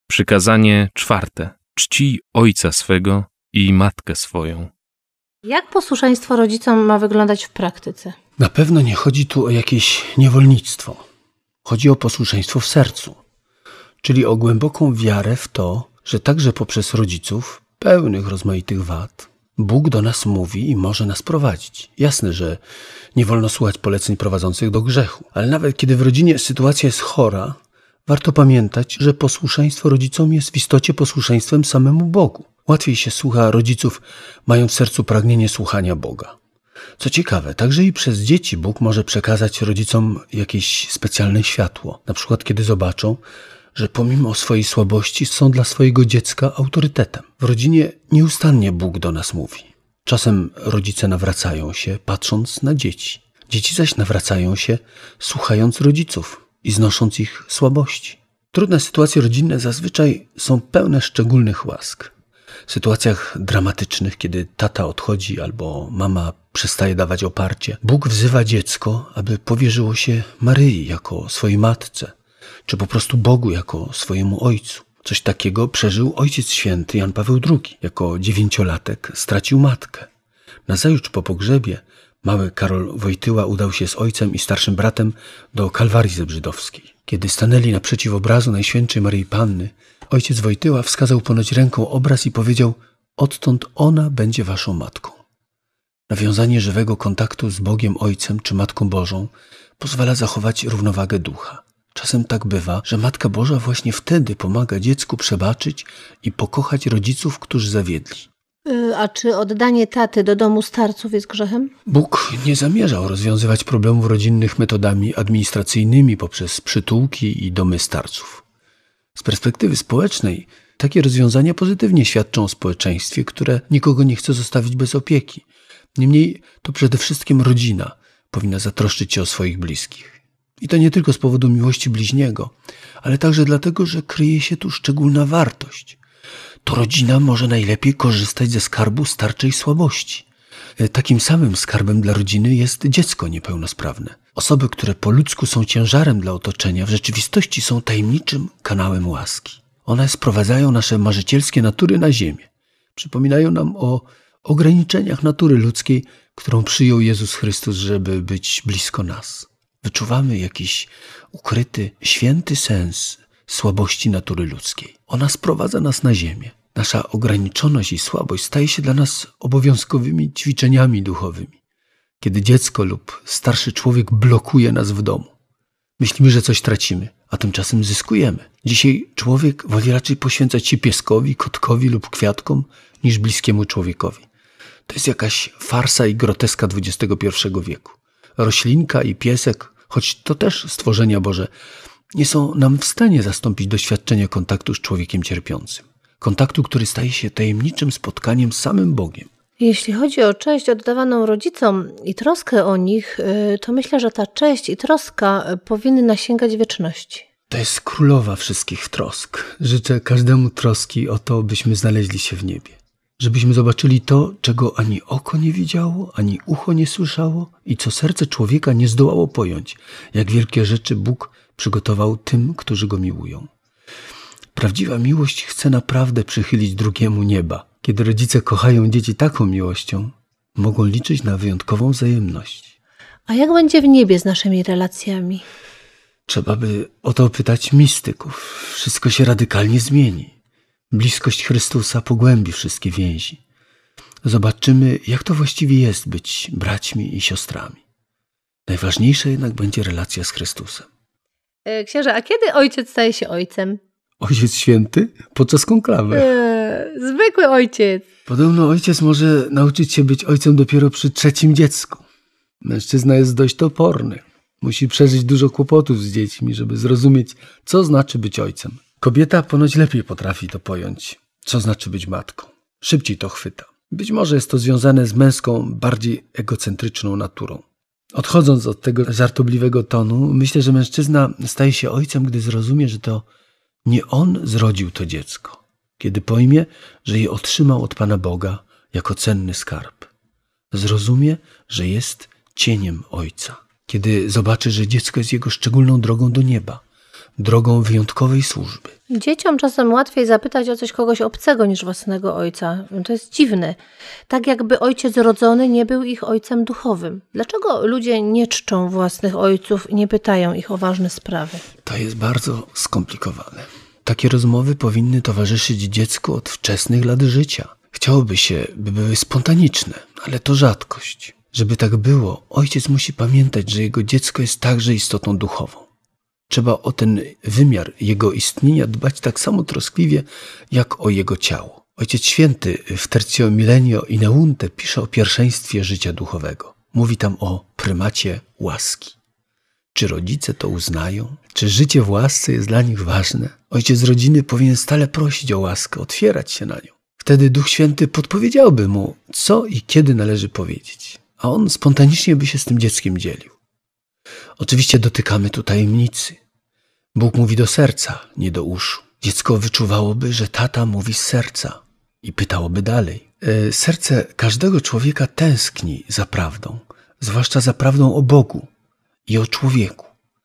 Przykazanie 4. Czcij ojca swego i matkę swoją. Jak posłuszeństwo rodzicom ma wyglądać w praktyce? Na pewno nie chodzi tu o jakieś niewolnictwo. Chodzi o posłuszeństwo w sercu, czyli o głęboką wiarę w to, że także poprzez rodziców, pełnych rozmaitych wad, Bóg do nas mówi i może nas prowadzić. Jasne, że nie wolno słuchać poleceń prowadzących do grzechu, ale nawet kiedy w rodzinie sytuacja jest chora, warto pamiętać, że posłuszeństwo rodzicom jest w istocie posłuszeństwem samemu Bogu. Łatwiej się słucha rodziców, mając w sercu pragnienie słuchania Boga. Co ciekawe, także i przez dzieci Bóg może przekazać rodzicom jakieś specjalne światło. Na przykład kiedy zobaczą, że pomimo swojej słabości są dla swojego dziecka autorytetem. W rodzinie nieustannie Bóg do nas mówi. Czasem rodzice nawracają się, patrząc na dzieci. Dzieci zaś nawracają się, słuchając rodziców i znosząc ich słabości. Trudne sytuacje rodzinne zazwyczaj są pełne szczególnych łask. W sytuacjach dramatycznych, kiedy tata odchodzi albo mama przestaje dawać oparcie, Bóg wzywa dziecko, aby powierzyło się Maryi jako swojej matce, czy po prostu Bogu jako swojemu ojcu. Coś takiego przeżył Ojciec Święty Jan Paweł II. Jako 9-latek stracił matkę. Nazajutrz po pogrzebie mały Karol Wojtyła udał się z ojcem i starszym bratem do Kalwarii Zebrzydowskiej. Kiedy stanęli naprzeciw obrazu Najświętszej Maryi Panny, ojciec Wojtyła wskazał ponoć ręką obraz i powiedział: odtąd ona będzie waszą matką. Nawiązanie żywego kontaktu z Bogiem Ojcem czy Matką Bożą pozwala zachować równowagę ducha. Czasem tak bywa, że Matka Boża właśnie wtedy pomaga dziecku przebaczyć i pokochać rodziców, którzy zawiedli. A czy oddanie taty do domu starców jest grzechem? Bóg nie zamierzał rozwiązywać problemów rodzinnych metodami administracyjnymi poprzez przytułki i domy starców. Z perspektywy społecznej takie rozwiązania pozytywnie świadczą o społeczeństwie, które nikogo nie chce zostawić bez opieki. Niemniej to przede wszystkim rodzina powinna zatroszczyć się o swoich bliskich. I to nie tylko z powodu miłości bliźniego, ale także dlatego, że kryje się tu szczególna wartość. To rodzina może najlepiej korzystać ze skarbu starczej słabości. Takim samym skarbem dla rodziny jest dziecko niepełnosprawne. Osoby, które po ludzku są ciężarem dla otoczenia, w rzeczywistości są tajemniczym kanałem łaski. One sprowadzają nasze marzycielskie natury na ziemię. Przypominają nam o ograniczeniach natury ludzkiej, którą przyjął Jezus Chrystus, żeby być blisko nas. Wyczuwamy jakiś ukryty, święty sens słabości natury ludzkiej. Ona sprowadza nas na ziemię. Nasza ograniczoność i słabość staje się dla nas obowiązkowymi ćwiczeniami duchowymi. Kiedy dziecko lub starszy człowiek blokuje nas w domu, myślimy, że coś tracimy, a tymczasem zyskujemy. Dzisiaj człowiek woli raczej poświęcać się pieskowi, kotkowi lub kwiatkom niż bliskiemu człowiekowi. To jest jakaś farsa i groteska XXI wieku. Roślinka i piesek, choć to też stworzenia Boże, nie są nam w stanie zastąpić doświadczenia kontaktu z człowiekiem cierpiącym. Kontaktu, który staje się tajemniczym spotkaniem z samym Bogiem. Jeśli chodzi o cześć oddawaną rodzicom i troskę o nich, to myślę, że ta cześć i troska powinna sięgać wieczności. To jest królowa wszystkich trosk. Życzę każdemu troski o to, byśmy znaleźli się w niebie. Żebyśmy zobaczyli to, czego ani oko nie widziało, ani ucho nie słyszało i co serce człowieka nie zdołało pojąć, jak wielkie rzeczy Bóg przygotował tym, którzy Go miłują. Prawdziwa miłość chce naprawdę przychylić drugiemu nieba. Kiedy rodzice kochają dzieci taką miłością, mogą liczyć na wyjątkową wzajemność. A jak będzie w niebie z naszymi relacjami? Trzeba by o to pytać mistyków. Wszystko się radykalnie zmieni. Bliskość Chrystusa pogłębi wszystkie więzi. Zobaczymy, jak to właściwie jest być braćmi i siostrami. Najważniejsza jednak będzie relacja z Chrystusem. Księże, a kiedy ojciec staje się ojcem? Ojciec Święty? Podczas konklawy. Zwykły ojciec. Podobno ojciec może nauczyć się być ojcem dopiero przy 3. dziecku. Mężczyzna jest dość toporny. Musi przeżyć dużo kłopotów z dziećmi, żeby zrozumieć, co znaczy być ojcem. Kobieta ponoć lepiej potrafi to pojąć, co znaczy być matką. Szybciej to chwyta. Być może jest to związane z męską, bardziej egocentryczną naturą. Odchodząc od tego żartobliwego tonu, myślę, że mężczyzna staje się ojcem, gdy zrozumie, że to nie on zrodził to dziecko. Kiedy pojmie, że je otrzymał od Pana Boga jako cenny skarb. Zrozumie, że jest cieniem ojca. Kiedy zobaczy, że dziecko jest jego szczególną drogą do nieba. drogą wyjątkowej służby. Dzieciom czasem łatwiej zapytać o coś kogoś obcego niż własnego ojca. To jest dziwne. Tak jakby ojciec rodzony nie był ich ojcem duchowym. Dlaczego ludzie nie czczą własnych ojców i nie pytają ich o ważne sprawy? To jest bardzo skomplikowane. Takie rozmowy powinny towarzyszyć dziecku od wczesnych lat życia. Chciałoby się, by były spontaniczne, ale to rzadkość. Żeby tak było, ojciec musi pamiętać, że jego dziecko jest także istotą duchową. Trzeba o ten wymiar jego istnienia dbać tak samo troskliwie, jak o jego ciało. Ojciec Święty w Tertio Millennio Ineunte pisze o pierwszeństwie życia duchowego. Mówi tam o prymacie łaski. Czy rodzice to uznają? Czy życie w łasce jest dla nich ważne? Ojciec rodziny powinien stale prosić o łaskę, otwierać się na nią. Wtedy Duch Święty podpowiedziałby mu, co i kiedy należy powiedzieć, a on spontanicznie by się z tym dzieckiem dzielił. Oczywiście dotykamy tu tajemnicy. Bóg mówi do serca, nie do uszu. Dziecko wyczuwałoby, że tata mówi z serca i pytałoby dalej. Serce każdego człowieka tęskni za prawdą, zwłaszcza za prawdą o Bogu i o człowieku,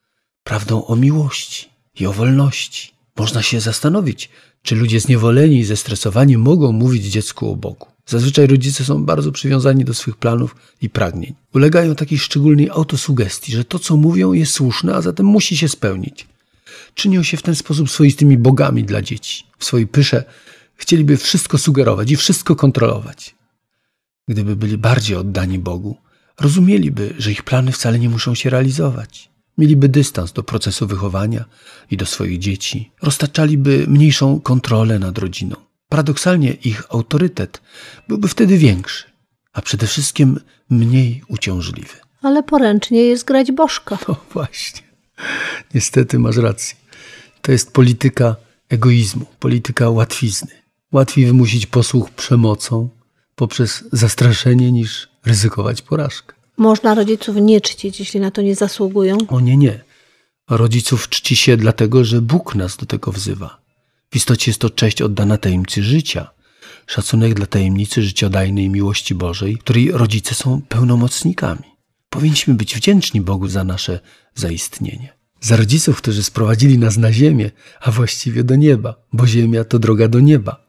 prawdą o miłości i o wolności. Można się zastanowić, czy ludzie zniewoleni i zestresowani mogą mówić dziecku o Bogu. Zazwyczaj rodzice są bardzo przywiązani do swych planów i pragnień. Ulegają takiej szczególnej autosugestii, że to, co mówią, jest słuszne, a zatem musi się spełnić. Czynią się w ten sposób swoistymi bogami dla dzieci. W swojej pysze chcieliby wszystko sugerować i wszystko kontrolować. Gdyby byli bardziej oddani Bogu, rozumieliby, że ich plany wcale nie muszą się realizować. Mieliby dystans do procesu wychowania i do swoich dzieci. Roztaczaliby mniejszą kontrolę nad rodziną. Paradoksalnie ich autorytet byłby wtedy większy, a przede wszystkim mniej uciążliwy. Ale poręcznie jest grać bożka. No właśnie. Niestety masz rację. To jest polityka egoizmu, polityka łatwizny. Łatwiej wymusić posłuch przemocą poprzez zastraszenie niż ryzykować porażkę. Można rodziców nie czcić, jeśli na to nie zasługują? O nie. Rodziców czci się dlatego, że Bóg nas do tego wzywa. W istocie jest to cześć oddana tajemnicy życia. Szacunek dla tajemnicy życiodajnej miłości Bożej, której rodzice są pełnomocnikami. Powinniśmy być wdzięczni Bogu za nasze zaistnienie. Za rodziców, którzy sprowadzili nas na ziemię, a właściwie do nieba, bo ziemia to droga do nieba.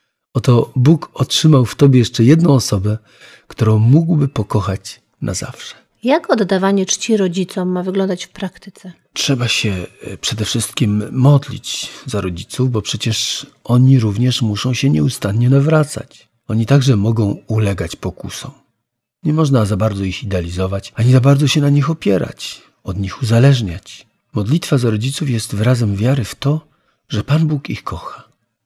Oto Bóg otrzymał w tobie jeszcze jedną osobę, którą mógłby pokochać na zawsze. Jak oddawanie czci rodzicom ma wyglądać w praktyce? Trzeba się przede wszystkim modlić za rodziców, bo przecież oni również muszą się nieustannie nawracać. Oni także mogą ulegać pokusom. Nie można za bardzo ich idealizować, ani za bardzo się na nich opierać, od nich uzależniać. Modlitwa za rodziców jest wyrazem wiary w to, że Pan Bóg ich kocha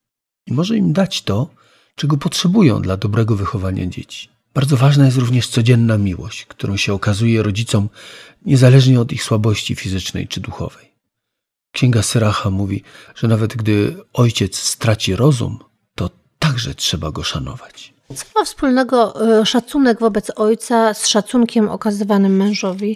i może im dać to, czego potrzebują dla dobrego wychowania dzieci. Bardzo ważna jest również codzienna miłość, którą się okazuje rodzicom niezależnie od ich słabości fizycznej czy duchowej. Księga Syracha mówi, że nawet gdy ojciec straci rozum, to także trzeba go szanować. Co ma wspólnego szacunek wobec ojca z szacunkiem okazywanym mężowi?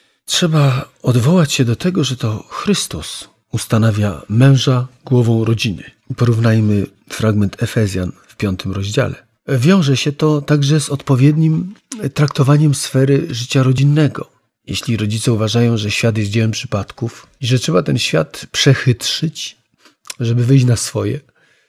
Trzeba odwołać się do tego, że to Chrystus ustanawia męża głową rodziny. Porównajmy fragment Efezjan w 5 rozdziale. Wiąże się to także z odpowiednim traktowaniem sfery życia rodzinnego. Jeśli rodzice uważają, że świat jest dziełem przypadków i że trzeba ten świat przechytrzyć, żeby wyjść na swoje,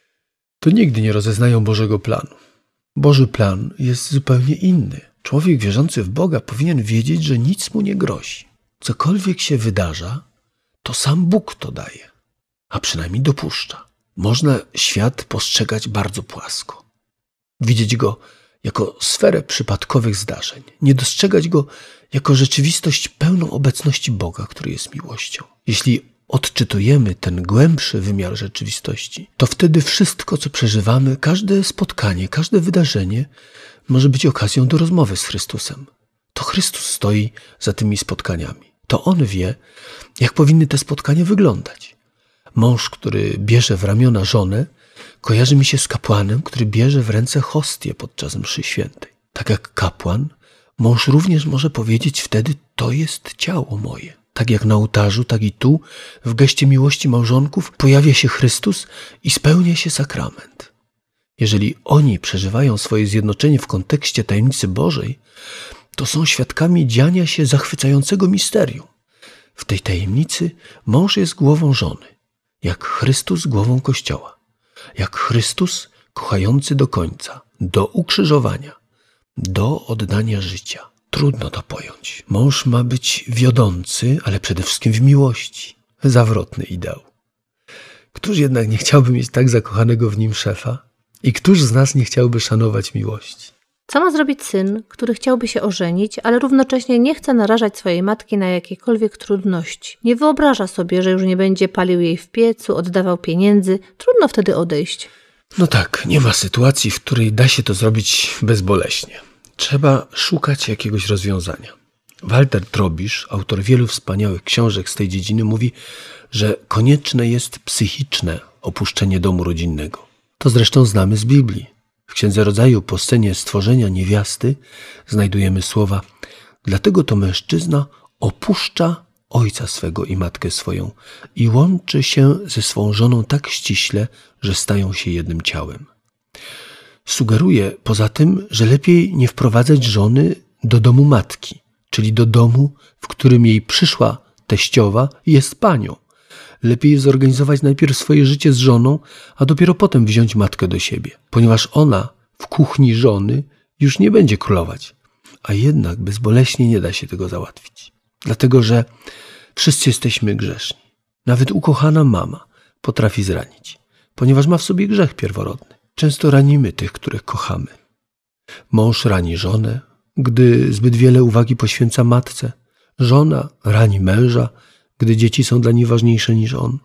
to nigdy nie rozeznają Bożego planu. Boży plan jest zupełnie inny. Człowiek wierzący w Boga powinien wiedzieć, że nic mu nie grozi. Cokolwiek się wydarza, to sam Bóg to daje, a przynajmniej dopuszcza. Można świat postrzegać bardzo płasko. Widzieć go jako sferę przypadkowych zdarzeń. Nie dostrzegać go jako rzeczywistość pełną obecności Boga, który jest miłością. Jeśli odczytujemy ten głębszy wymiar rzeczywistości, to wtedy wszystko, co przeżywamy, każde spotkanie, każde wydarzenie może być okazją do rozmowy z Chrystusem. To Chrystus stoi za tymi spotkaniami. To On wie, jak powinny te spotkania wyglądać. Mąż, który bierze w ramiona żonę, kojarzy mi się z kapłanem, który bierze w ręce hostię podczas mszy świętej. Tak jak kapłan, mąż również może powiedzieć wtedy, to jest ciało moje. Tak jak na ołtarzu, tak i tu, w geście miłości małżonków, pojawia się Chrystus i spełnia się sakrament. Jeżeli oni przeżywają swoje zjednoczenie w kontekście tajemnicy Bożej, to są świadkami dziania się zachwycającego misterium. W tej tajemnicy mąż jest głową żony, jak Chrystus głową Kościoła, jak Chrystus kochający do końca, do ukrzyżowania, do oddania życia. Trudno to pojąć. Mąż ma być wiodący, ale przede wszystkim w miłości. Zawrotny ideał. Któż jednak nie chciałby mieć tak zakochanego w nim szefa? I któż z nas nie chciałby szanować miłości? Co ma zrobić syn, który chciałby się ożenić, ale równocześnie nie chce narażać swojej matki na jakiekolwiek trudności? Nie wyobraża sobie, że już nie będzie palił jej w piecu, oddawał pieniędzy. Trudno wtedy odejść. No tak, nie ma sytuacji, w której da się to zrobić bezboleśnie. Trzeba szukać jakiegoś rozwiązania. Walter Trobisz, autor wielu wspaniałych książek z tej dziedziny, mówi, że konieczne jest psychiczne opuszczenie domu rodzinnego. To zresztą znamy z Biblii. W Księdze Rodzaju po scenie stworzenia niewiasty znajdujemy słowa: dlatego to mężczyzna opuszcza ojca swego i matkę swoją i łączy się ze swą żoną tak ściśle, że stają się jednym ciałem. Sugeruje poza tym, że lepiej nie wprowadzać żony do domu matki, czyli do domu, w którym jej przyszła teściowa jest panią. Lepiej zorganizować najpierw swoje życie z żoną, a dopiero potem wziąć matkę do siebie, ponieważ ona w kuchni żony już nie będzie królować. A jednak bezboleśnie nie da się tego załatwić. Dlatego, że wszyscy jesteśmy grzeszni. Nawet ukochana mama potrafi zranić, ponieważ ma w sobie grzech pierworodny. Często ranimy tych, których kochamy. Mąż rani żonę, gdy zbyt wiele uwagi poświęca matce. Żona rani męża, gdy dzieci są dla niej ważniejsze niż on.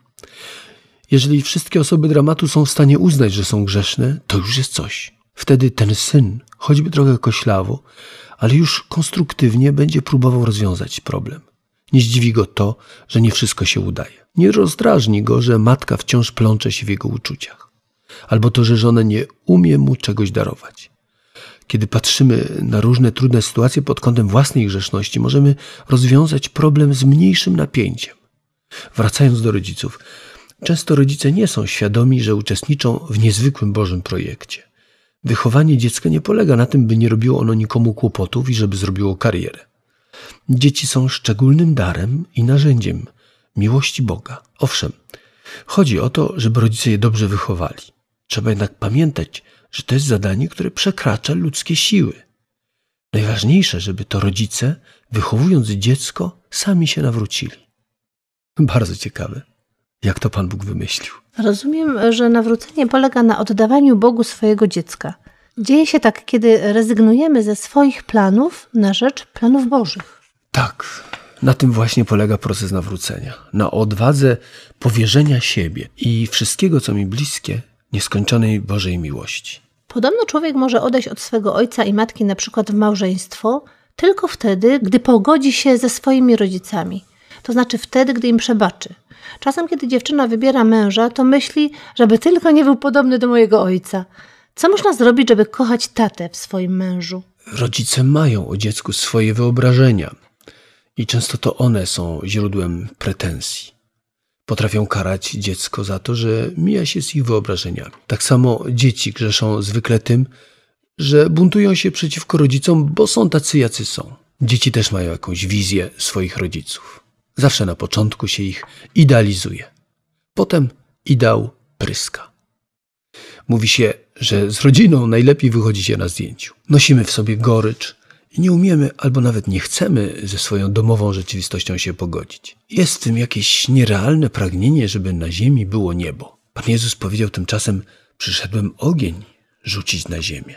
Jeżeli wszystkie osoby dramatu są w stanie uznać, że są grzeszne, to już jest coś. Wtedy ten syn, choćby trochę koślawo, ale już konstruktywnie będzie próbował rozwiązać problem. Nie zdziwi go to, że nie wszystko się udaje. Nie rozdrażni go, że matka wciąż plącze się w jego uczuciach. Albo to, że żona nie umie mu czegoś darować. Kiedy patrzymy na różne trudne sytuacje pod kątem własnej grzeszności, możemy rozwiązać problem z mniejszym napięciem. Wracając do rodziców, często rodzice nie są świadomi, że uczestniczą w niezwykłym Bożym projekcie. Wychowanie dziecka nie polega na tym, by nie robiło ono nikomu kłopotów i żeby zrobiło karierę. Dzieci są szczególnym darem i narzędziem miłości Boga. Owszem, chodzi o to, żeby rodzice je dobrze wychowali. Trzeba jednak pamiętać, że to jest zadanie, które przekracza ludzkie siły. Najważniejsze, żeby to rodzice, wychowując dziecko, sami się nawrócili. Bardzo ciekawe, jak to Pan Bóg wymyślił. Rozumiem, że nawrócenie polega na oddawaniu Bogu swojego dziecka. Dzieje się tak, kiedy rezygnujemy ze swoich planów na rzecz planów Bożych. Tak, na tym właśnie polega proces nawrócenia. Na odwadze powierzenia siebie i wszystkiego, co mi bliskie, nieskończonej Bożej miłości. Podobno człowiek może odejść od swego ojca i matki na przykład w małżeństwo tylko wtedy, gdy pogodzi się ze swoimi rodzicami. To znaczy wtedy, gdy im przebaczy. Czasem, kiedy dziewczyna wybiera męża, to myśli, żeby tylko nie był podobny do mojego ojca. Co można zrobić, żeby kochać tatę w swoim mężu? Rodzice mają o dziecku swoje wyobrażenia i często to one są źródłem pretensji. Potrafią karać dziecko za to, że mija się z ich wyobrażeniami. Tak samo dzieci grzeszą zwykle tym, że buntują się przeciwko rodzicom, bo są tacy, jacy są. Dzieci też mają jakąś wizję swoich rodziców. Zawsze na początku się ich idealizuje. Potem ideał pryska. Mówi się, że z rodziną najlepiej wychodzi się na zdjęciu. Nosimy w sobie gorycz i nie umiemy albo nawet nie chcemy ze swoją domową rzeczywistością się pogodzić. Jest w tym jakieś nierealne pragnienie, żeby na ziemi było niebo. Pan Jezus powiedział tymczasem: przyszedłem ogień rzucić na ziemię.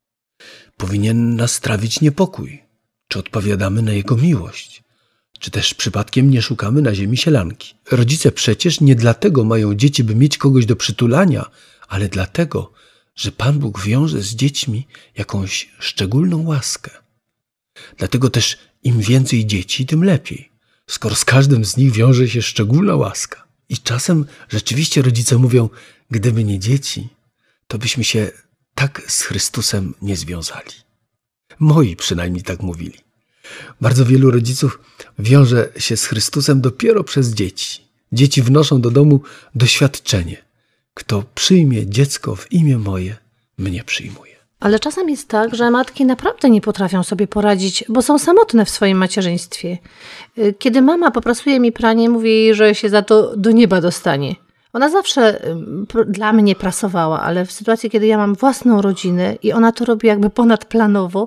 Powinien nas trawić niepokój. Czy odpowiadamy na Jego miłość? Czy też przypadkiem nie szukamy na ziemi sielanki? Rodzice przecież nie dlatego mają dzieci, by mieć kogoś do przytulania, ale dlatego, że Pan Bóg wiąże z dziećmi jakąś szczególną łaskę. Dlatego też im więcej dzieci, tym lepiej, skoro z każdym z nich wiąże się szczególna łaska. I czasem rzeczywiście rodzice mówią: gdyby nie dzieci, to byśmy się tak z Chrystusem nie związali. Moi przynajmniej tak mówili. Bardzo wielu rodziców wiąże się z Chrystusem dopiero przez dzieci. Dzieci wnoszą do domu doświadczenie. Kto przyjmie dziecko w imię moje, mnie przyjmuje. Ale czasem jest tak, że matki naprawdę nie potrafią sobie poradzić, bo są samotne w swoim macierzyństwie. Kiedy mama poprasuje mi pranie, mówię jej, że się za to do nieba dostanie. Ona zawsze dla mnie prasowała, ale w sytuacji, kiedy ja mam własną rodzinę i ona to robi jakby ponadplanowo,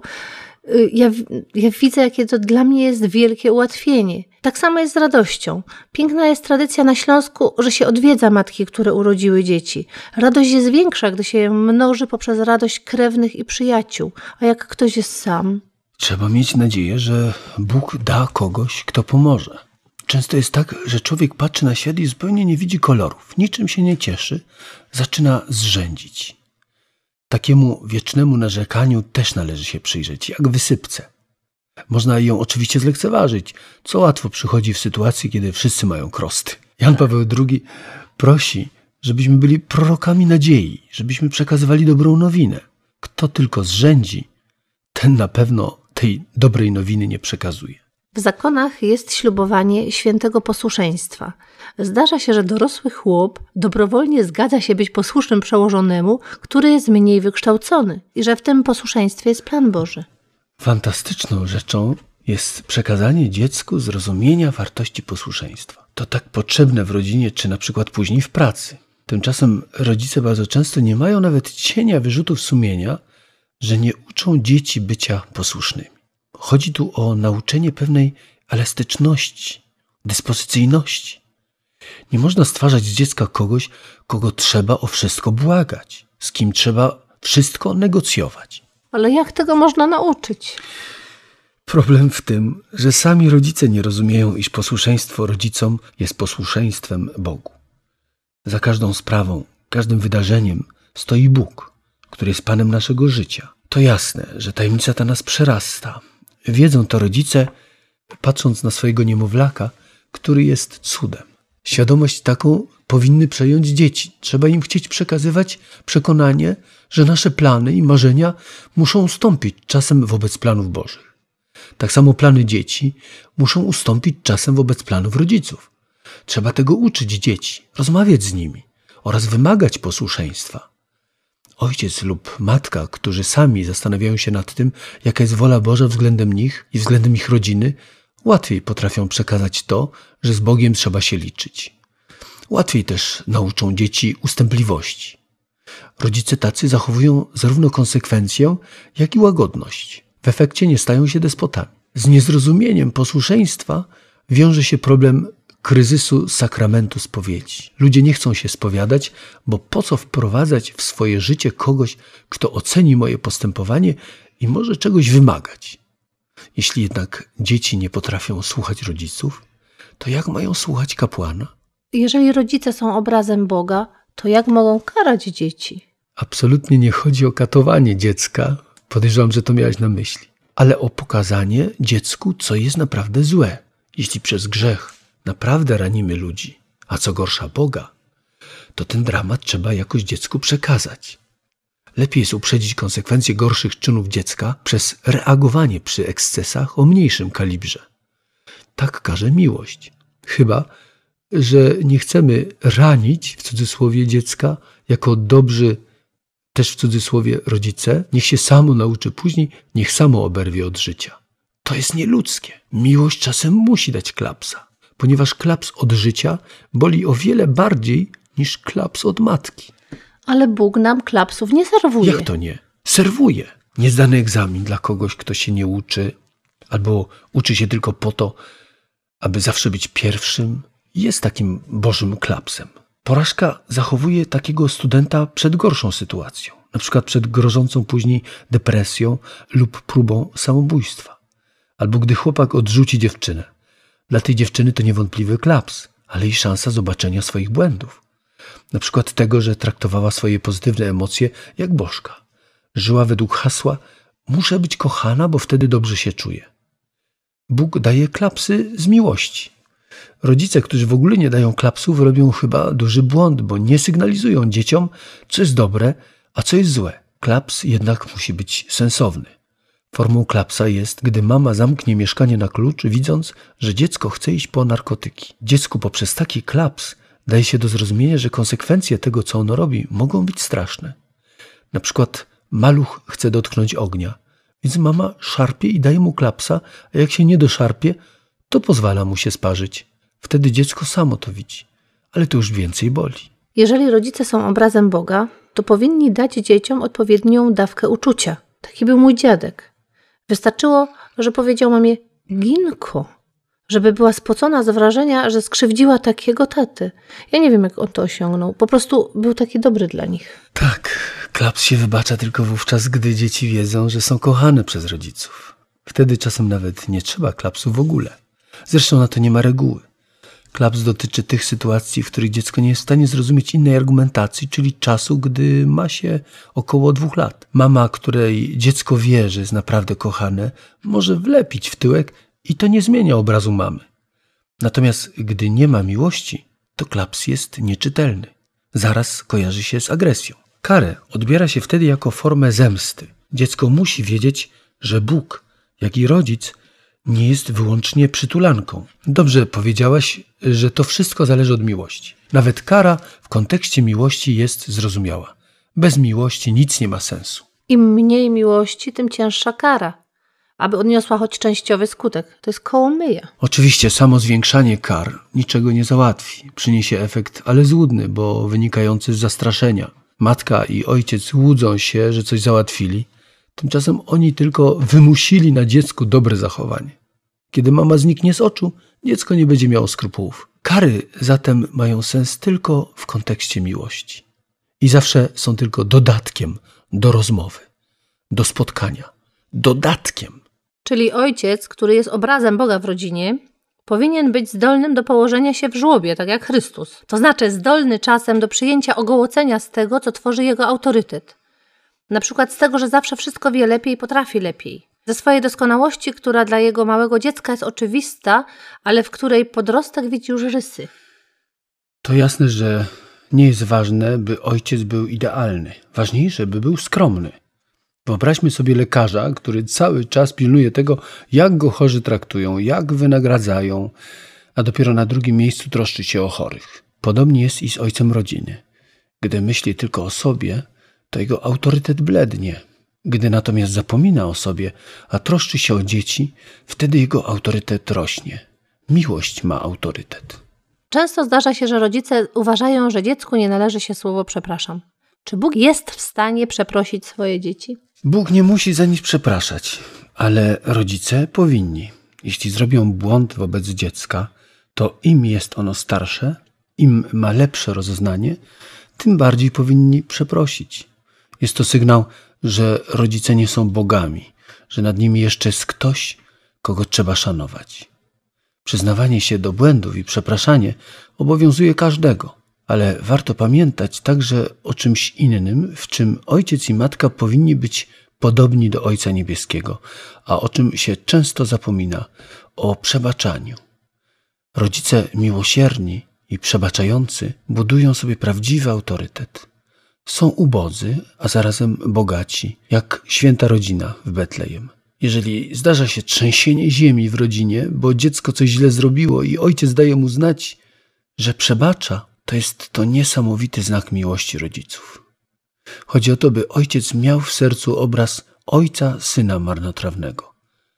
ja widzę, jakie to dla mnie jest wielkie ułatwienie. Tak samo jest z radością. Piękna jest tradycja na Śląsku, że się odwiedza matki, które urodziły dzieci. Radość jest większa, gdy się ją mnoży poprzez radość krewnych i przyjaciół. A jak ktoś jest sam? Trzeba mieć nadzieję, że Bóg da kogoś, kto pomoże. Często jest tak, że człowiek patrzy na świat i zupełnie nie widzi kolorów, niczym się nie cieszy, zaczyna zrzędzić. Takiemu wiecznemu narzekaniu też należy się przyjrzeć, jak wysypce. Można ją oczywiście zlekceważyć, co łatwo przychodzi w sytuacji, kiedy wszyscy mają krosty. Jan Paweł II prosi, żebyśmy byli prorokami nadziei, żebyśmy przekazywali dobrą nowinę. Kto tylko zrzędzi, ten na pewno tej dobrej nowiny nie przekazuje. W zakonach jest ślubowanie świętego posłuszeństwa. Zdarza się, że dorosły chłop dobrowolnie zgadza się być posłusznym przełożonemu, który jest mniej wykształcony i że w tym posłuszeństwie jest plan Boży. Fantastyczną rzeczą jest przekazanie dziecku zrozumienia wartości posłuszeństwa. To tak potrzebne w rodzinie, czy na przykład później w pracy. Tymczasem rodzice bardzo często nie mają nawet cienia wyrzutów sumienia, że nie uczą dzieci bycia posłusznymi. Chodzi tu o nauczenie pewnej elastyczności, dyspozycyjności. Nie można stwarzać z dziecka kogoś, kogo trzeba o wszystko błagać, z kim trzeba wszystko negocjować. Ale jak tego można nauczyć? Problem w tym, że sami rodzice nie rozumieją, iż posłuszeństwo rodzicom jest posłuszeństwem Bogu. Za każdą sprawą, każdym wydarzeniem stoi Bóg, który jest Panem naszego życia. To jasne, że tajemnica ta nas przerasta. Wiedzą to rodzice, patrząc na swojego niemowlaka, który jest cudem. Świadomość taką powinny przejąć dzieci. Trzeba im chcieć przekazywać przekonanie, że nasze plany i marzenia muszą ustąpić czasem wobec planów Bożych. Tak samo plany dzieci muszą ustąpić czasem wobec planów rodziców. Trzeba tego uczyć dzieci, rozmawiać z nimi oraz wymagać posłuszeństwa. Ojciec lub matka, którzy sami zastanawiają się nad tym, jaka jest wola Boża względem nich i względem ich rodziny, łatwiej potrafią przekazać to, że z Bogiem trzeba się liczyć. Łatwiej też nauczą dzieci ustępliwości. Rodzice tacy zachowują zarówno konsekwencję, jak i łagodność. W efekcie nie stają się despotami. Z niezrozumieniem posłuszeństwa wiąże się problem kryzysu sakramentu spowiedzi. Ludzie nie chcą się spowiadać, bo po co wprowadzać w swoje życie kogoś, kto oceni moje postępowanie i może czegoś wymagać. Jeśli jednak dzieci nie potrafią słuchać rodziców, to jak mają słuchać kapłana? Jeżeli rodzice są obrazem Boga, to jak mogą karać dzieci? Absolutnie nie chodzi o katowanie dziecka, podejrzewam, że to miałeś na myśli, ale o pokazanie dziecku, co jest naprawdę złe. Jeśli przez grzech naprawdę ranimy ludzi, a co gorsza Boga, to ten dramat trzeba jakoś dziecku przekazać. Lepiej jest uprzedzić konsekwencje gorszych czynów dziecka przez reagowanie przy ekscesach o mniejszym kalibrze. Tak każe miłość. Chyba że nie chcemy ranić, w cudzysłowie, dziecka, jako dobrzy, też w cudzysłowie, rodzice. Niech się samo nauczy później, niech samo oberwie od życia. To jest nieludzkie. Miłość czasem musi dać klapsa, ponieważ klaps od życia boli o wiele bardziej niż klaps od matki. Ale Bóg nam klapsów nie serwuje. Jak to nie? Serwuje. Niezdany egzamin dla kogoś, kto się nie uczy, albo uczy się tylko po to, aby zawsze być pierwszym, jest takim Bożym klapsem. Porażka zachowuje takiego studenta przed gorszą sytuacją, na przykład przed grożącą później depresją lub próbą samobójstwa. Albo gdy chłopak odrzuci dziewczynę. Dla tej dziewczyny to niewątpliwy klaps, ale i szansa zobaczenia swoich błędów. Na przykład tego, że traktowała swoje pozytywne emocje jak bożka. Żyła według hasła: muszę być kochana, bo wtedy dobrze się czuję. Bóg daje klapsy z miłości. Rodzice, którzy w ogóle nie dają klapsów, robią chyba duży błąd, bo nie sygnalizują dzieciom, co jest dobre, a co jest złe. Klaps jednak musi być sensowny. Formą klapsa jest, gdy mama zamknie mieszkanie na klucz, widząc, że dziecko chce iść po narkotyki. Dziecku poprzez taki klaps daje się do zrozumienia, że konsekwencje tego, co ono robi, mogą być straszne. Na przykład Maluch chce dotknąć ognia, więc mama szarpie i daje mu klapsa, a jak się nie doszarpie, to pozwala mu się sparzyć. Wtedy dziecko samo to widzi, ale to już więcej boli. Jeżeli rodzice są obrazem Boga, to powinni dać dzieciom odpowiednią dawkę uczucia. Taki był mój dziadek. Wystarczyło, że powiedział mamie Ginko, żeby była spocona z wrażenia, że skrzywdziła takiego taty. Ja nie wiem, jak on to osiągnął. Po prostu był taki dobry dla nich. Tak, klaps się wybacza tylko wówczas, gdy dzieci wiedzą, że są kochane przez rodziców. Wtedy czasem nawet nie trzeba klapsu w ogóle. Zresztą na to nie ma reguły. Klaps dotyczy tych sytuacji, w których dziecko nie jest w stanie zrozumieć innej argumentacji, czyli czasu, gdy ma się około 2 lat. Mama, której dziecko wie, że jest naprawdę kochane, może wlepić w tyłek i to nie zmienia obrazu mamy. Natomiast gdy nie ma miłości, to klaps jest nieczytelny. Zaraz kojarzy się z agresją. Karę odbiera się wtedy jako formę zemsty. Dziecko musi wiedzieć, że Bóg, jak i rodzic, nie jest wyłącznie przytulanką. Dobrze powiedziałaś, że to wszystko zależy od miłości. Nawet kara w kontekście miłości jest zrozumiała. Bez miłości nic nie ma sensu. Im mniej miłości, tym cięższa kara, aby odniosła choć częściowy skutek. To jest kołomyja. Oczywiście samo zwiększanie kar niczego nie załatwi. Przyniesie efekt, ale złudny, bo wynikający z zastraszenia. Matka i ojciec łudzą się, że coś załatwili. Tymczasem oni tylko wymusili na dziecku dobre zachowanie. Kiedy mama zniknie z oczu, dziecko nie będzie miało skrupułów. Kary zatem mają sens tylko w kontekście miłości. I zawsze są tylko dodatkiem do rozmowy, do spotkania. Dodatkiem. Czyli ojciec, który jest obrazem Boga w rodzinie, powinien być zdolnym do położenia się w żłobie, tak jak Chrystus. To znaczy zdolny czasem do przyjęcia ogołocenia z tego, co tworzy jego autorytet. Na przykład z tego, że zawsze wszystko wie lepiej i potrafi lepiej. Ze swojej doskonałości, która dla jego małego dziecka jest oczywista, ale w której podrostek widzi już rysy. To jasne, że nie jest ważne, by ojciec był idealny. Ważniejsze, by był skromny. Wyobraźmy sobie lekarza, który cały czas pilnuje tego, jak go chorzy traktują, jak wynagradzają, a dopiero na drugim miejscu troszczy się o chorych. Podobnie jest i z ojcem rodziny. Gdy myśli tylko o sobie, to jego autorytet blednie. Gdy natomiast zapomina o sobie, a troszczy się o dzieci, wtedy jego autorytet rośnie. Miłość ma autorytet. Często zdarza się, że rodzice uważają, że dziecku nie należy się słowo przepraszam. Czy Bóg jest w stanie przeprosić swoje dzieci? Bóg nie musi za nic przepraszać, ale rodzice powinni. Jeśli zrobią błąd wobec dziecka, to im jest ono starsze, im ma lepsze rozeznanie, tym bardziej powinni przeprosić. Jest to sygnał, że rodzice nie są bogami, że nad nimi jeszcze jest ktoś, kogo trzeba szanować. Przyznawanie się do błędów i przepraszanie obowiązuje każdego, ale warto pamiętać także o czymś innym, w czym ojciec i matka powinni być podobni do Ojca Niebieskiego, a o czym się często zapomina – o przebaczaniu. Rodzice miłosierni i przebaczający budują sobie prawdziwy autorytet. Są ubodzy, a zarazem bogaci, jak święta rodzina w Betlejem. Jeżeli zdarza się trzęsienie ziemi w rodzinie, bo dziecko coś źle zrobiło i ojciec daje mu znać, że przebacza, to jest to niesamowity znak miłości rodziców. Chodzi o to, by ojciec miał w sercu obraz ojca syna marnotrawnego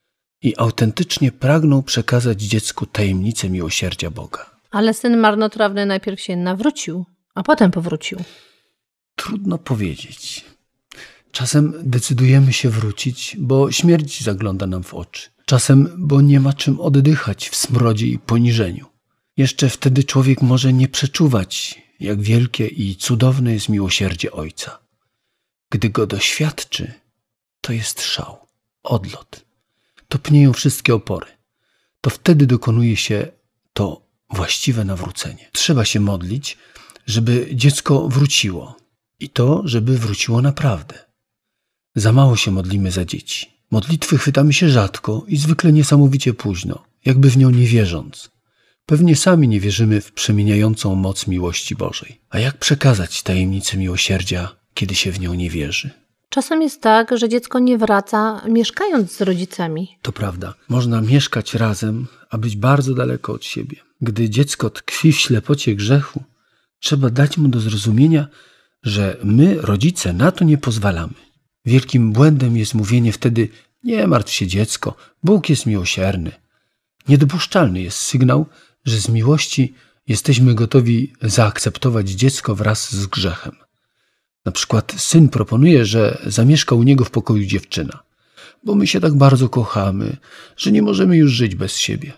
i autentycznie pragnął przekazać dziecku tajemnicę miłosierdzia Boga. Ale syn marnotrawny najpierw się nawrócił, a potem powrócił. Trudno powiedzieć. Czasem decydujemy się wrócić, bo śmierć zagląda nam w oczy. Czasem, bo nie ma czym oddychać w smrodzie i poniżeniu. Jeszcze wtedy człowiek może nie przeczuwać, jak wielkie i cudowne jest miłosierdzie Ojca. Gdy go doświadczy, to jest szał, odlot. Topnieją wszystkie opory. To wtedy dokonuje się to właściwe nawrócenie. Trzeba się modlić, żeby dziecko wróciło. I to, żeby wróciło naprawdę. Za mało się modlimy za dzieci. Modlitwy chwytamy się rzadko i zwykle niesamowicie późno, jakby w nią nie wierząc. Pewnie sami nie wierzymy w przemieniającą moc miłości Bożej. A jak przekazać tajemnicę miłosierdzia, kiedy się w nią nie wierzy? Czasem jest tak, że dziecko nie wraca, mieszkając z rodzicami. To prawda. Można mieszkać razem, a być bardzo daleko od siebie. Gdy dziecko tkwi w ślepocie grzechu, trzeba dać mu do zrozumienia, że my, rodzice, na to nie pozwalamy. Wielkim błędem jest mówienie wtedy: nie martw się, dziecko, Bóg jest miłosierny. Niedopuszczalny jest sygnał, że z miłości jesteśmy gotowi zaakceptować dziecko wraz z grzechem. Na przykład syn proponuje, że zamieszka u niego w pokoju dziewczyna, bo my się tak bardzo kochamy, że nie możemy już żyć bez siebie.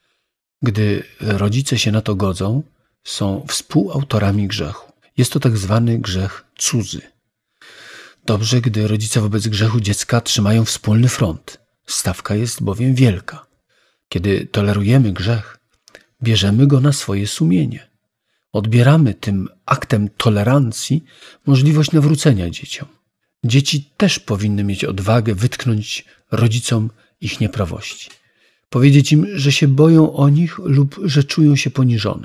Gdy rodzice się na to godzą, są współautorami grzechu. Jest to tak zwany grzech cudzy. Dobrze, gdy rodzice wobec grzechu dziecka trzymają wspólny front. Stawka jest bowiem wielka. Kiedy tolerujemy grzech, bierzemy go na swoje sumienie. Odbieramy tym aktem tolerancji możliwość nawrócenia dzieciom. Dzieci też powinny mieć odwagę wytknąć rodzicom ich nieprawości. Powiedzieć im, że się boją o nich lub że czują się poniżone.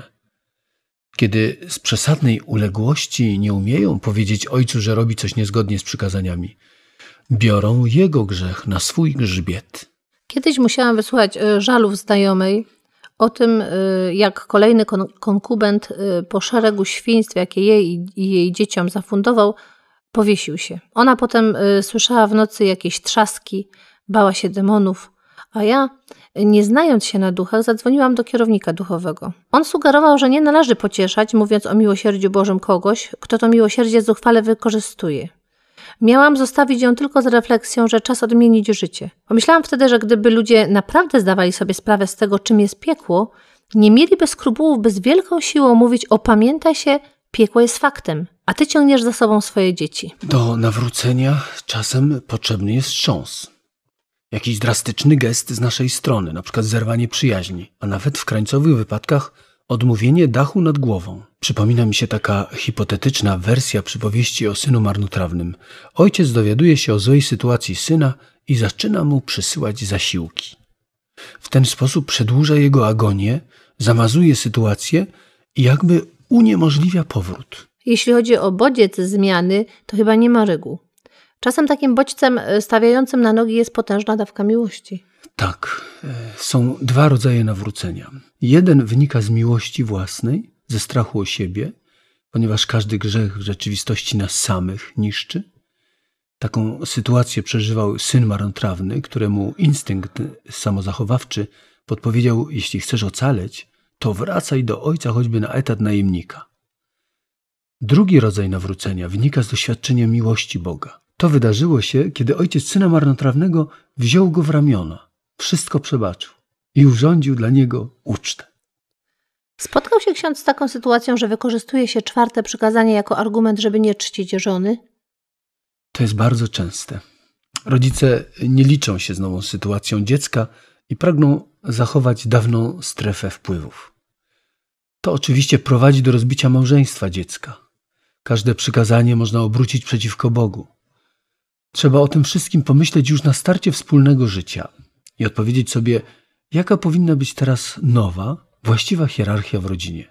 Kiedy z przesadnej uległości nie umieją powiedzieć ojcu, że robi coś niezgodnie z przykazaniami, biorą jego grzech na swój grzbiet. Kiedyś musiałam wysłuchać żalów znajomej o tym, jak kolejny konkubent po szeregu świństw, jakie jej i jej dzieciom zafundował, powiesił się. Ona potem słyszała w nocy jakieś trzaski, bała się demonów, a ja, nie znając się na duchach, zadzwoniłam do kierownika duchowego. On sugerował, że nie należy pocieszać, mówiąc o miłosierdziu Bożym kogoś, kto to miłosierdzie zuchwale wykorzystuje. Miałam zostawić ją tylko z refleksją, że czas odmienić życie. Pomyślałam wtedy, że gdyby ludzie naprawdę zdawali sobie sprawę z tego, czym jest piekło, nie mieliby skrupułów, by z wielką siłą mówić: opamiętaj się, piekło jest faktem, a ty ciągniesz za sobą swoje dzieci. Do nawrócenia czasem potrzebny jest wstrząs. Jakiś drastyczny gest z naszej strony, na przykład zerwanie przyjaźni, a nawet w krańcowych wypadkach odmówienie dachu nad głową. Przypomina mi się taka hipotetyczna wersja przypowieści o synu marnotrawnym. Ojciec dowiaduje się o złej sytuacji syna i zaczyna mu przysyłać zasiłki. W ten sposób przedłuża jego agonię, zamazuje sytuację i jakby uniemożliwia powrót. Jeśli chodzi o bodziec zmiany, to chyba nie ma reguł. Czasem takim bodźcem stawiającym na nogi jest potężna dawka miłości. Tak, są dwa rodzaje nawrócenia. Jeden wynika z miłości własnej, ze strachu o siebie, ponieważ każdy grzech w rzeczywistości nas samych niszczy. Taką sytuację przeżywał syn marnotrawny, któremu instynkt samozachowawczy podpowiedział: jeśli chcesz ocaleć, to wracaj do ojca choćby na etat najemnika. Drugi rodzaj nawrócenia wynika z doświadczenia miłości Boga. To wydarzyło się, kiedy ojciec syna marnotrawnego wziął go w ramiona, wszystko przebaczył i urządził dla niego ucztę. Spotkał się ksiądz z taką sytuacją, że wykorzystuje się 4. przykazanie jako argument, żeby nie czcić żony? To jest bardzo częste. Rodzice nie liczą się z nową sytuacją dziecka i pragną zachować dawną strefę wpływów. To oczywiście prowadzi do rozbicia małżeństwa dziecka. Każde przykazanie można obrócić przeciwko Bogu. Trzeba o tym wszystkim pomyśleć już na starcie wspólnego życia i odpowiedzieć sobie, jaka powinna być teraz nowa, właściwa hierarchia w rodzinie.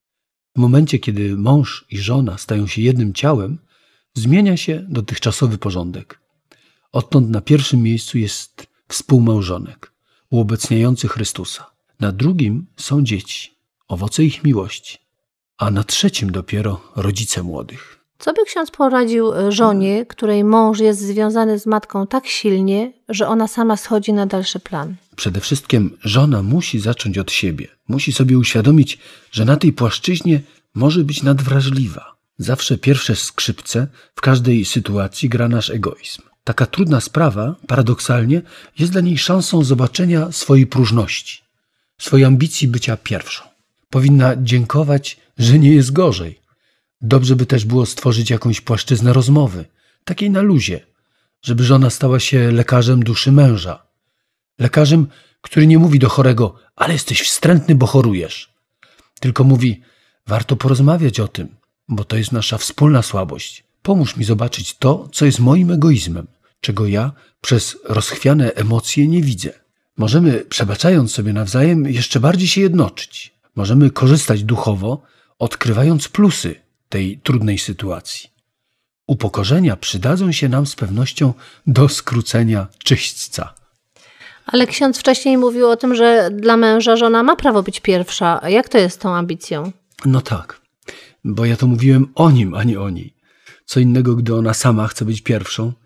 W momencie, kiedy mąż i żona stają się jednym ciałem, zmienia się dotychczasowy porządek. Odtąd na pierwszym miejscu jest współmałżonek, uobecniający Chrystusa. Na drugim są dzieci, owoce ich miłości, a na trzecim dopiero rodzice młodych. Co by ksiądz poradził żonie, której mąż jest związany z matką tak silnie, że ona sama schodzi na dalszy plan? Przede wszystkim żona musi zacząć od siebie. Musi sobie uświadomić, że na tej płaszczyźnie może być nadwrażliwa. Zawsze pierwsze skrzypce w każdej sytuacji gra nasz egoizm. Taka trudna sprawa, paradoksalnie, jest dla niej szansą zobaczenia swojej próżności, swojej ambicji bycia pierwszą. Powinna dziękować, że nie jest gorzej. Dobrze by też było stworzyć jakąś płaszczyznę rozmowy, takiej na luzie, żeby żona stała się lekarzem duszy męża. Lekarzem, który nie mówi do chorego: ale jesteś wstrętny, bo chorujesz. Tylko mówi: warto porozmawiać o tym, bo to jest nasza wspólna słabość. Pomóż mi zobaczyć to, co jest moim egoizmem, czego ja przez rozchwiane emocje nie widzę. Możemy, przebaczając sobie nawzajem, jeszcze bardziej się jednoczyć. Możemy korzystać duchowo, odkrywając plusy tej trudnej sytuacji. Upokorzenia przydadzą się nam z pewnością do skrócenia czyśćca. Ale ksiądz wcześniej mówił o tym, że dla męża żona ma prawo być pierwsza. A jak to jest z tą ambicją? No tak, bo ja to mówiłem o nim, a nie o niej. Co innego, gdy ona sama chce być pierwszą,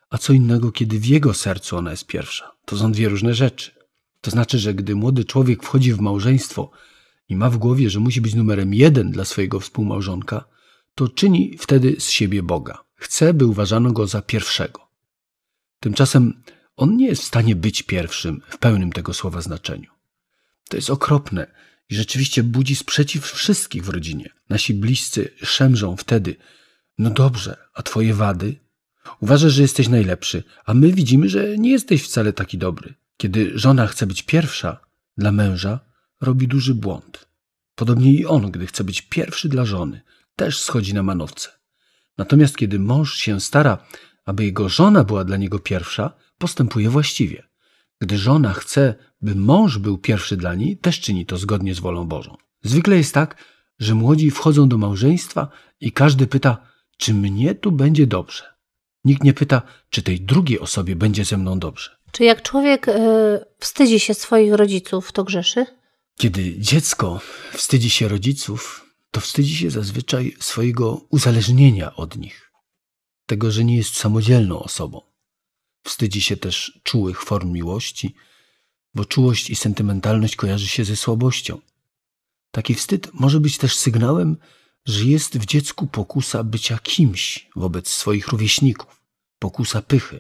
a co innego, kiedy w jego sercu ona jest pierwsza. To są dwie różne rzeczy. To znaczy, że gdy młody człowiek wchodzi w małżeństwo i ma w głowie, że musi być numerem 1 dla swojego współmałżonka, to czyni wtedy z siebie Boga. Chce, by uważano go za pierwszego. Tymczasem on nie jest w stanie być pierwszym w pełnym tego słowa znaczeniu. To jest okropne i rzeczywiście budzi sprzeciw wszystkich w rodzinie. Nasi bliscy szemrzą wtedy: no dobrze, a twoje wady? Uważasz, że jesteś najlepszy, a my widzimy, że nie jesteś wcale taki dobry. Kiedy żona chce być pierwsza dla męża, robi duży błąd. Podobnie i on, gdy chce być pierwszy dla żony, też schodzi na manowce. Natomiast kiedy mąż się stara, aby jego żona była dla niego pierwsza, postępuje właściwie. Gdy żona chce, by mąż był pierwszy dla niej, też czyni to zgodnie z wolą Bożą. Zwykle jest tak, że młodzi wchodzą do małżeństwa i każdy pyta, czy mnie tu będzie dobrze. Nikt nie pyta, czy tej drugiej osobie będzie ze mną dobrze. Czy jak człowiek wstydzi się swoich rodziców, to grzeszy? Kiedy dziecko wstydzi się rodziców, to wstydzi się zazwyczaj swojego uzależnienia od nich. Tego, że nie jest samodzielną osobą. Wstydzi się też czułych form miłości, bo czułość i sentymentalność kojarzy się ze słabością. Taki wstyd może być też sygnałem, że jest w dziecku pokusa bycia kimś wobec swoich rówieśników, pokusa pychy,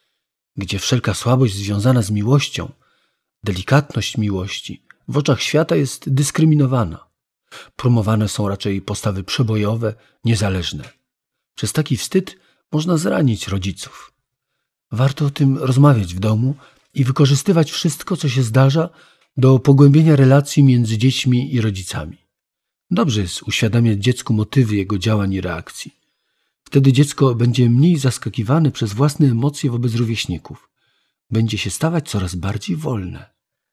gdzie wszelka słabość związana z miłością, delikatność miłości w oczach świata jest dyskryminowana. Promowane są raczej postawy przebojowe, niezależne. Przez taki wstyd można zranić rodziców. Warto o tym rozmawiać w domu i wykorzystywać wszystko, co się zdarza, do pogłębienia relacji między dziećmi i rodzicami. Dobrze jest uświadamiać dziecku motywy jego działań i reakcji. Wtedy dziecko będzie mniej zaskakiwane przez własne emocje wobec rówieśników. Będzie się stawać coraz bardziej wolne.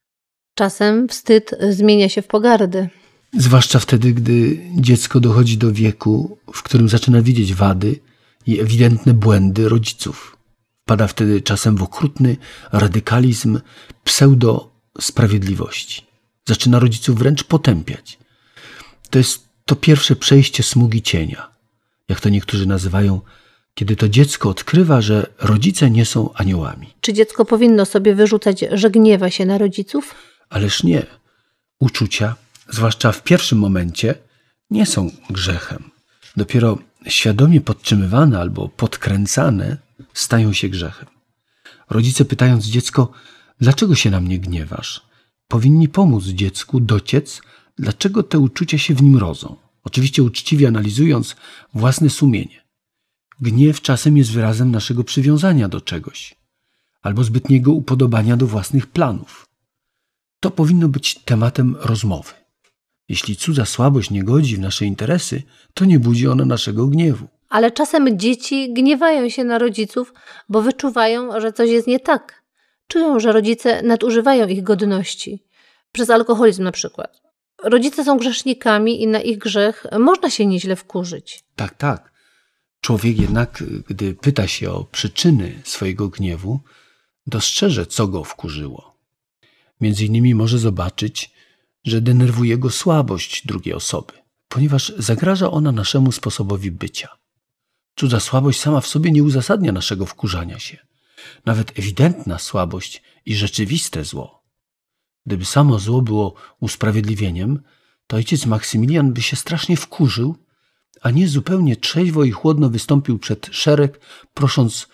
Czasem wstyd zmienia się w pogardę. Zwłaszcza wtedy, gdy dziecko dochodzi do wieku, w którym zaczyna widzieć wady i ewidentne błędy rodziców. Wpada wtedy czasem w okrutny radykalizm pseudo-sprawiedliwości. Zaczyna rodziców wręcz potępiać. To jest to pierwsze przejście smugi cienia, jak to niektórzy nazywają, kiedy to dziecko odkrywa, że rodzice nie są aniołami. Czy dziecko powinno sobie wyrzucać, że gniewa się na rodziców? Ależ nie. Uczucia, zwłaszcza w pierwszym momencie, nie są grzechem. Dopiero świadomie podtrzymywane albo podkręcane stają się grzechem. Rodzice, pytając dziecko, dlaczego się na mnie gniewasz, powinni pomóc dziecku dociec, dlaczego te uczucia się w nim rodzą. Oczywiście uczciwie analizując własne sumienie. Gniew czasem jest wyrazem naszego przywiązania do czegoś albo zbytniego upodobania do własnych planów. To powinno być tematem rozmowy. Jeśli cudza słabość nie godzi w nasze interesy, to nie budzi ona naszego gniewu. Ale czasem dzieci gniewają się na rodziców, bo wyczuwają, że coś jest nie tak. Czują, że rodzice nadużywają ich godności. Przez alkoholizm na przykład. Rodzice są grzesznikami i na ich grzech można się nieźle wkurzyć. Tak. Człowiek jednak, gdy pyta się o przyczyny swojego gniewu, dostrzeże, co go wkurzyło. Między innymi może zobaczyć, że denerwuje go słabość drugiej osoby, ponieważ zagraża ona naszemu sposobowi bycia. Cudza słabość sama w sobie nie uzasadnia naszego wkurzania się. Nawet ewidentna słabość i rzeczywiste zło. Gdyby samo zło było usprawiedliwieniem, to ojciec Maksymilian by się strasznie wkurzył, a nie zupełnie trzeźwo i chłodno wystąpił przed szereg, prosząc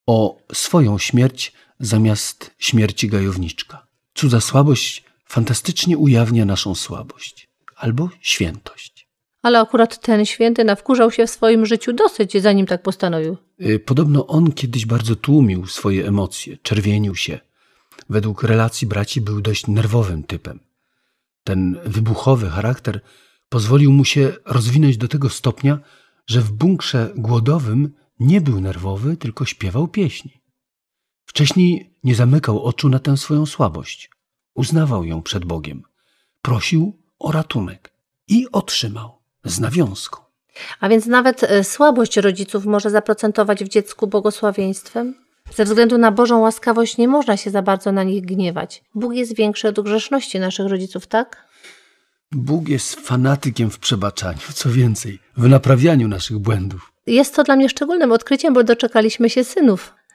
o swoją śmierć zamiast śmierci gajowniczka. Cudza słabość fantastycznie ujawnia naszą słabość albo świętość. Ale akurat ten święty nawkurzał się w swoim życiu dosyć, zanim tak postanowił. Podobno on kiedyś bardzo tłumił swoje emocje, czerwienił się. Według relacji braci był dość nerwowym typem. Ten wybuchowy charakter pozwolił mu się rozwinąć do tego stopnia, że w bunkrze głodowym nie był nerwowy, tylko śpiewał pieśni. Wcześniej nie zamykał oczu na tę swoją słabość. Uznawał ją przed Bogiem. Prosił o ratunek i otrzymał z nawiązką. A więc nawet słabość rodziców może zaprocentować w dziecku błogosławieństwem? Ze względu na Bożą łaskawość nie można się za bardzo na nich gniewać. Bóg jest większy od grzeszności naszych rodziców, tak? Bóg jest fanatykiem w przebaczaniu, co więcej, w naprawianiu naszych błędów. Jest to dla mnie szczególnym odkryciem, bo doczekaliśmy się synów.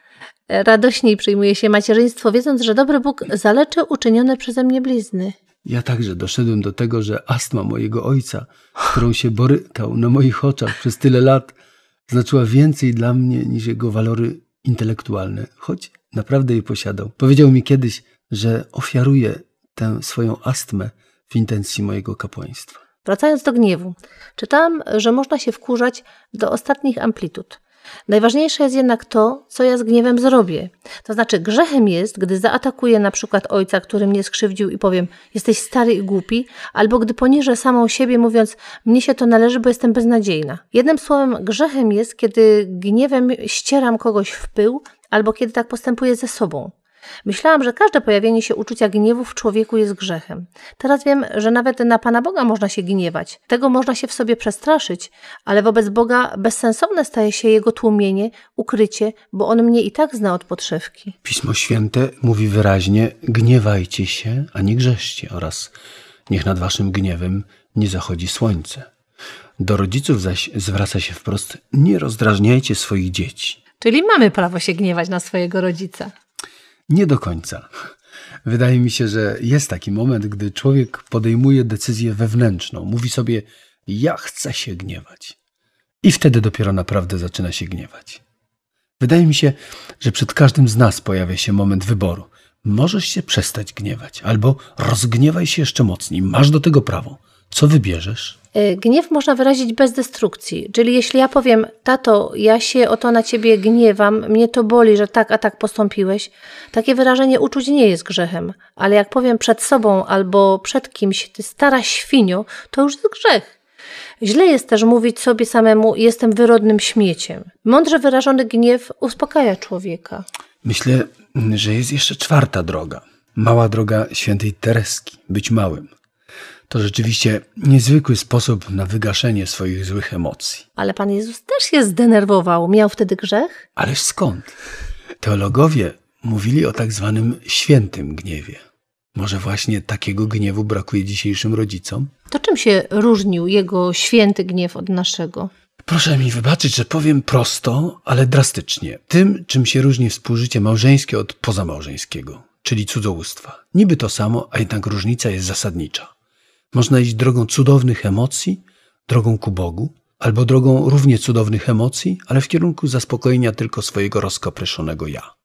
Radośniej przyjmuje się macierzyństwo, wiedząc, że dobry Bóg zaleczy uczynione przeze mnie blizny. Ja także doszedłem do tego, że astma mojego ojca, z którą się borykał na moich oczach przez tyle lat, znaczyła więcej dla mnie niż jego walory intelektualne, choć naprawdę je posiadał. Powiedział mi kiedyś, że ofiaruje tę swoją astmę w intencji mojego kapłaństwa. Wracając do gniewu, czytałam, że można się wkurzać do ostatnich amplitud. Najważniejsze jest jednak to, co ja z gniewem zrobię. To znaczy grzechem jest, gdy zaatakuję na przykład ojca, który mnie skrzywdził i powiem: jesteś stary i głupi, albo gdy poniżę samą siebie, mówiąc: mnie się to należy, bo jestem beznadziejna. Jednym słowem, grzechem jest, kiedy gniewem ścieram kogoś w pył, albo kiedy tak postępuję ze sobą. Myślałam, że każde pojawienie się uczucia gniewu w człowieku jest grzechem. Teraz wiem, że nawet na Pana Boga można się gniewać. Tego można się w sobie przestraszyć, ale wobec Boga bezsensowne staje się Jego tłumienie, ukrycie, bo On mnie i tak zna od podszewki. Pismo Święte mówi wyraźnie: gniewajcie się, a nie grzeszcie, oraz niech nad waszym gniewem nie zachodzi słońce. Do rodziców zaś zwraca się wprost: nie rozdrażniajcie swoich dzieci. Czyli mamy prawo się gniewać na swojego rodzica. Nie do końca. Wydaje mi się, że jest taki moment, gdy człowiek podejmuje decyzję wewnętrzną. Mówi sobie: ja chcę się gniewać. I wtedy dopiero naprawdę zaczyna się gniewać. Wydaje mi się, że przed każdym z nas pojawia się moment wyboru. Możesz się przestać gniewać, albo rozgniewaj się jeszcze mocniej. Masz do tego prawo. Co wybierzesz? Gniew można wyrazić bez destrukcji. Czyli jeśli ja powiem: tato, ja się o to na ciebie gniewam, mnie to boli, że tak a tak postąpiłeś, takie wyrażenie uczuć nie jest grzechem. Ale jak powiem przed sobą albo przed kimś: ty stara świnio, to już jest grzech. Źle jest też mówić sobie samemu: jestem wyrodnym śmieciem. Mądrze wyrażony gniew uspokaja człowieka. Myślę, że jest jeszcze czwarta droga. Mała droga świętej Tereski, być małym. To rzeczywiście niezwykły sposób na wygaszenie swoich złych emocji. Ale Pan Jezus też się zdenerwował. Miał wtedy grzech? Ależ skąd? Teologowie mówili o tak zwanym świętym gniewie. Może właśnie takiego gniewu brakuje dzisiejszym rodzicom? To czym się różnił jego święty gniew od naszego? Proszę mi wybaczyć, że powiem prosto, ale drastycznie. Tym, czym się różni współżycie małżeńskie od pozamałżeńskiego, czyli cudzołóstwa. Niby to samo, a jednak różnica jest zasadnicza. Można iść drogą cudownych emocji, drogą ku Bogu, albo drogą równie cudownych emocji, ale w kierunku zaspokojenia tylko swojego rozkopreszonego ja.